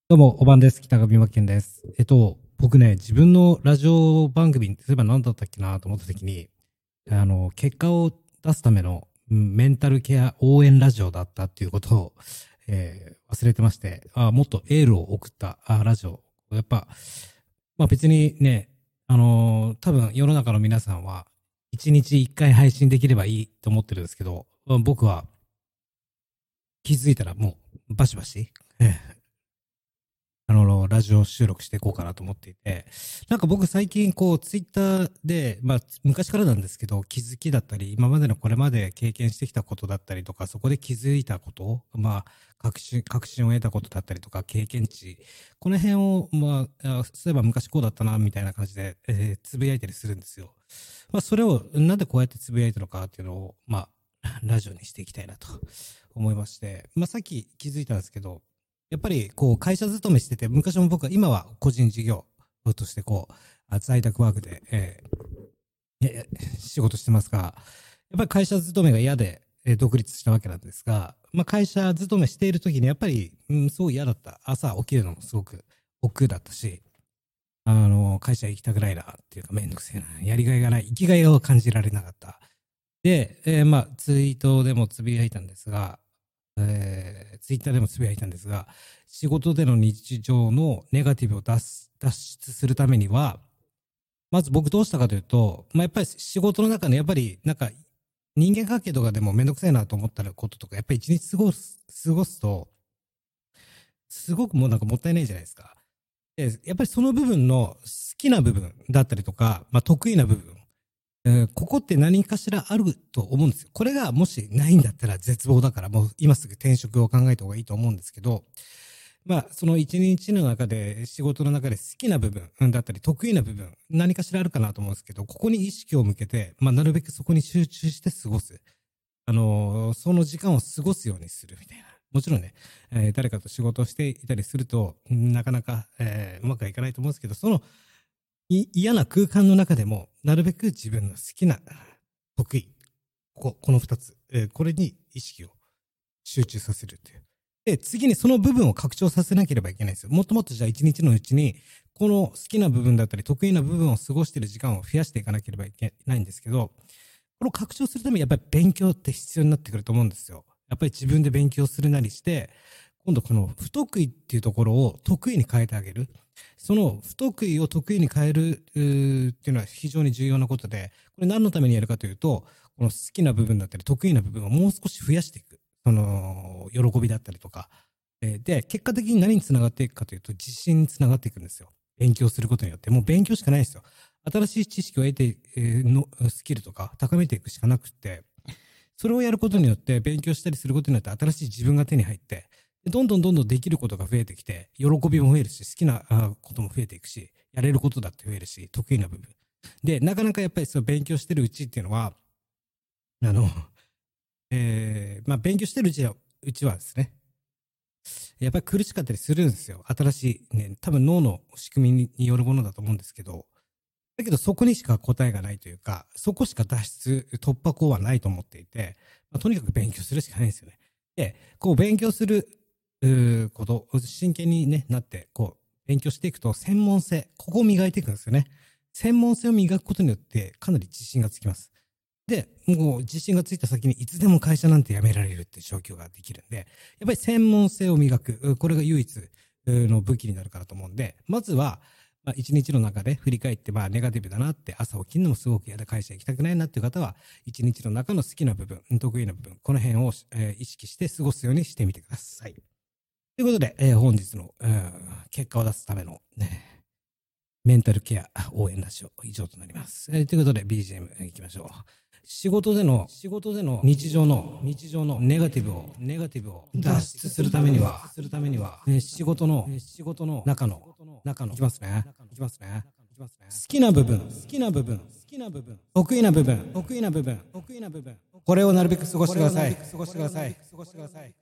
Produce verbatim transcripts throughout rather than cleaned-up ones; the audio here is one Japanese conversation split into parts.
どうも、おばんです。北上真剣です。えっと、僕ね、自分のラジオ番組、例えば何だったっけなと思った時に、あの、結果を出すための、うん、メンタルケア応援ラジオだったっていうことを、えー忘れてまして、あ、もっとエールを送ったあラジオ。やっぱ、まあ別にね、あのー多分世の中の皆さんは、一日一回配信できればいいと思ってるんですけど、まあ僕は気づいたらもうバシバシ、えーあの、ラジオ収録していこうかなと思っていて、なんか僕最近こう、ツイッターで、まあ、昔からなんですけど、気づきだったり、今までのこれまで経験してきたことだったりとか、そこで気づいたこと、まあ、確信、確信を得たことだったりとか、経験値、この辺を、まあ、あそういえば昔こうだったな、みたいな感じで、えーつぶやいたりするんですよ。まあ、それを、なんでこうやってつぶやいたのかっていうのを、まあ、ラジオにしていきたいなと思いまして、まあ、さっき気づいたんですけど、やっぱりこう会社勤めしてて、昔も僕は今は個人事業としてこう、在宅ワークで、えーえー仕事してますが、やっぱり会社勤めが嫌で、えー独立したわけなんですが、まあ、会社勤めしている時にやっぱり、うん、すごい嫌だった。朝起きるのもすごく億劫だったし、あの、会社行きたくないなっていうかめんどくせえな。やりがいがない。生きがいを感じられなかった。で、えーまあ、ツイートでもつぶやいたんですが、えー、ツイッターでもつぶやいたんですが、仕事での日常のネガティブを脱す脱出するためには、まず僕どうしたかというと、まあ、やっぱり仕事の中のやっぱりなんか人間関係とかでもめんどくさいなと思ったこととか、やっぱり一日過ごす、過ごすと、すごくもうなんかもったいないじゃないですか。で、やっぱりその部分の好きな部分だったりとか、まあ、得意な部分、えーここって何かしらあると思うんですよ。これがもしないんだったら絶望だから、もう今すぐ転職を考えた方がいいと思うんですけど、まあ、その一日の中で、仕事の中で好きな部分だったり、得意な部分、何かしらあるかなと思うんですけど、ここに意識を向けて、まあ、なるべくそこに集中して過ごす。あのーその時間を過ごすようにするみたいな。もちろんね、えー誰かと仕事をしていたりすると、なかなか、えーうまくはいかないと思うんですけど、そのい嫌な空間の中でも、なるべく自分の好きな、得意、ここ、この二つ、えーこれに意識を集中させるっていう。で、次にその部分を拡張させなければいけないんですよ。もっともっとじゃあ一日のうちに、この好きな部分だったり、得意な部分を過ごしている時間を増やしていかなければいけないんですけど、これを拡張するためにやっぱり勉強って必要になってくると思うんですよ。やっぱり自分で勉強するなりして、今度この不得意っていうところを得意に変えてあげる。その不得意を得意に変えるっていうのは非常に重要なことで、これ何のためにやるかというと、この好きな部分だったり得意な部分をもう少し増やしていく。その、喜びだったりとか。で、結果的に何につながっていくかというと、自信につながっていくんですよ。勉強することによって。もう勉強しかないですよ。新しい知識を得て、えーのスキルとか高めていくしかなくて、それをやることによって、勉強したりすることによって新しい自分が手に入って、どんどんどんどんできることが増えてきて、喜びも増えるし、好きなことも増えていくし、やれることだって増えるし、得意な部分。で、なかなかやっぱりそう勉強してるうちっていうのは、あの、えー、まあ勉強してるうちは、うちはですね、やっぱり苦しかったりするんですよ。新しいね、多分脳の仕組みによるものだと思うんですけど、だけどそこにしか答えがないというか、そこしか脱出、突破口はないと思っていて、まあ、とにかく勉強するしかないんですよね。で、こう勉強すること、真剣に、ね、なって、こう勉強していくと専門性、ここを磨いていくんですよね。専門性を磨くことによってかなり自信がつきます。で、もう自信がついた先にいつでも会社なんて辞められるっていう状況ができるんで、やっぱり専門性を磨く。これが唯一の武器になるからと思うんで、まずは、まあ、一日の中で振り返って、まあ、ネガティブだなって、朝起きるのもすごく嫌だ、会社行きたくないなっていう方は、一日の中の好きな部分、得意な部分、この辺を、えー意識して過ごすようにしてみてください。ということで、えー本日の、えー結果を出すための、ね、メンタルケア応援ラジオ以上となります。えーということで ビージーエム いきましょう。仕事での、仕事での日常の、日常のネガティブを、ネガティブを脱出するためには、するためには、えー仕事の、仕事の中の、中の、いきますね。いきますね。好きな部分、好きな部分、好きな部分、得意な部分、得意な部分、得意な部分。これをなるべく過ごしてください。過ごしてください。過ごしてください。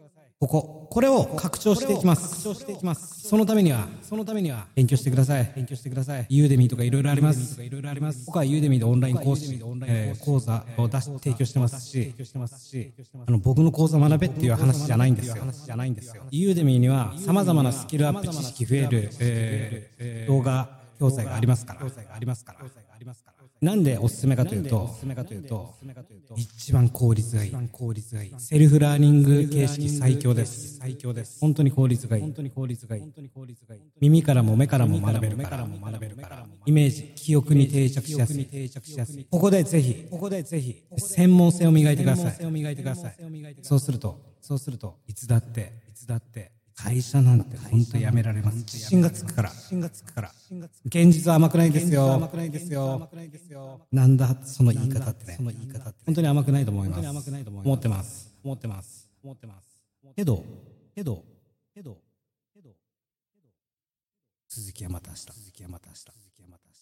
ここ、これを拡張していきます。拡張していきます。そのためには、そのためには、勉強してください。勉強してください。ユーデミーとかいろいろあります。いろいろあります。僕はユーデミーでオンライン講師、えー、講座を出し、提供してますし、あの、僕の講座学べっていう話じゃないんですよ。話じゃないんですよ。ユーデミーには様々なスキルアップ知識増える、えー、動画、教材がありますから。教材がありますから。なんでおすすめかというと、一番効率がいい。セルフラーニング形式最強です。最強です。本当に効率がいい。本当に効率がいい。耳からも目からも学べるから。イメージ、記憶に定着しやすい。ここでぜひ、ここでぜひ、専門性を磨いてください。そうすると、そうすると、いつだって、いつだって、会社なんて本当やめられます。自信がつくから。自信がつくから。現実は甘くないですよ。甘くないですよ。なんだ、その言い方ってね。その言い方って。本当に甘くないと思います。思ってます。思ってます。思ってます。けど、けど、けど、けど、続きはまた明日。続きはまた明日。続きはまた明日。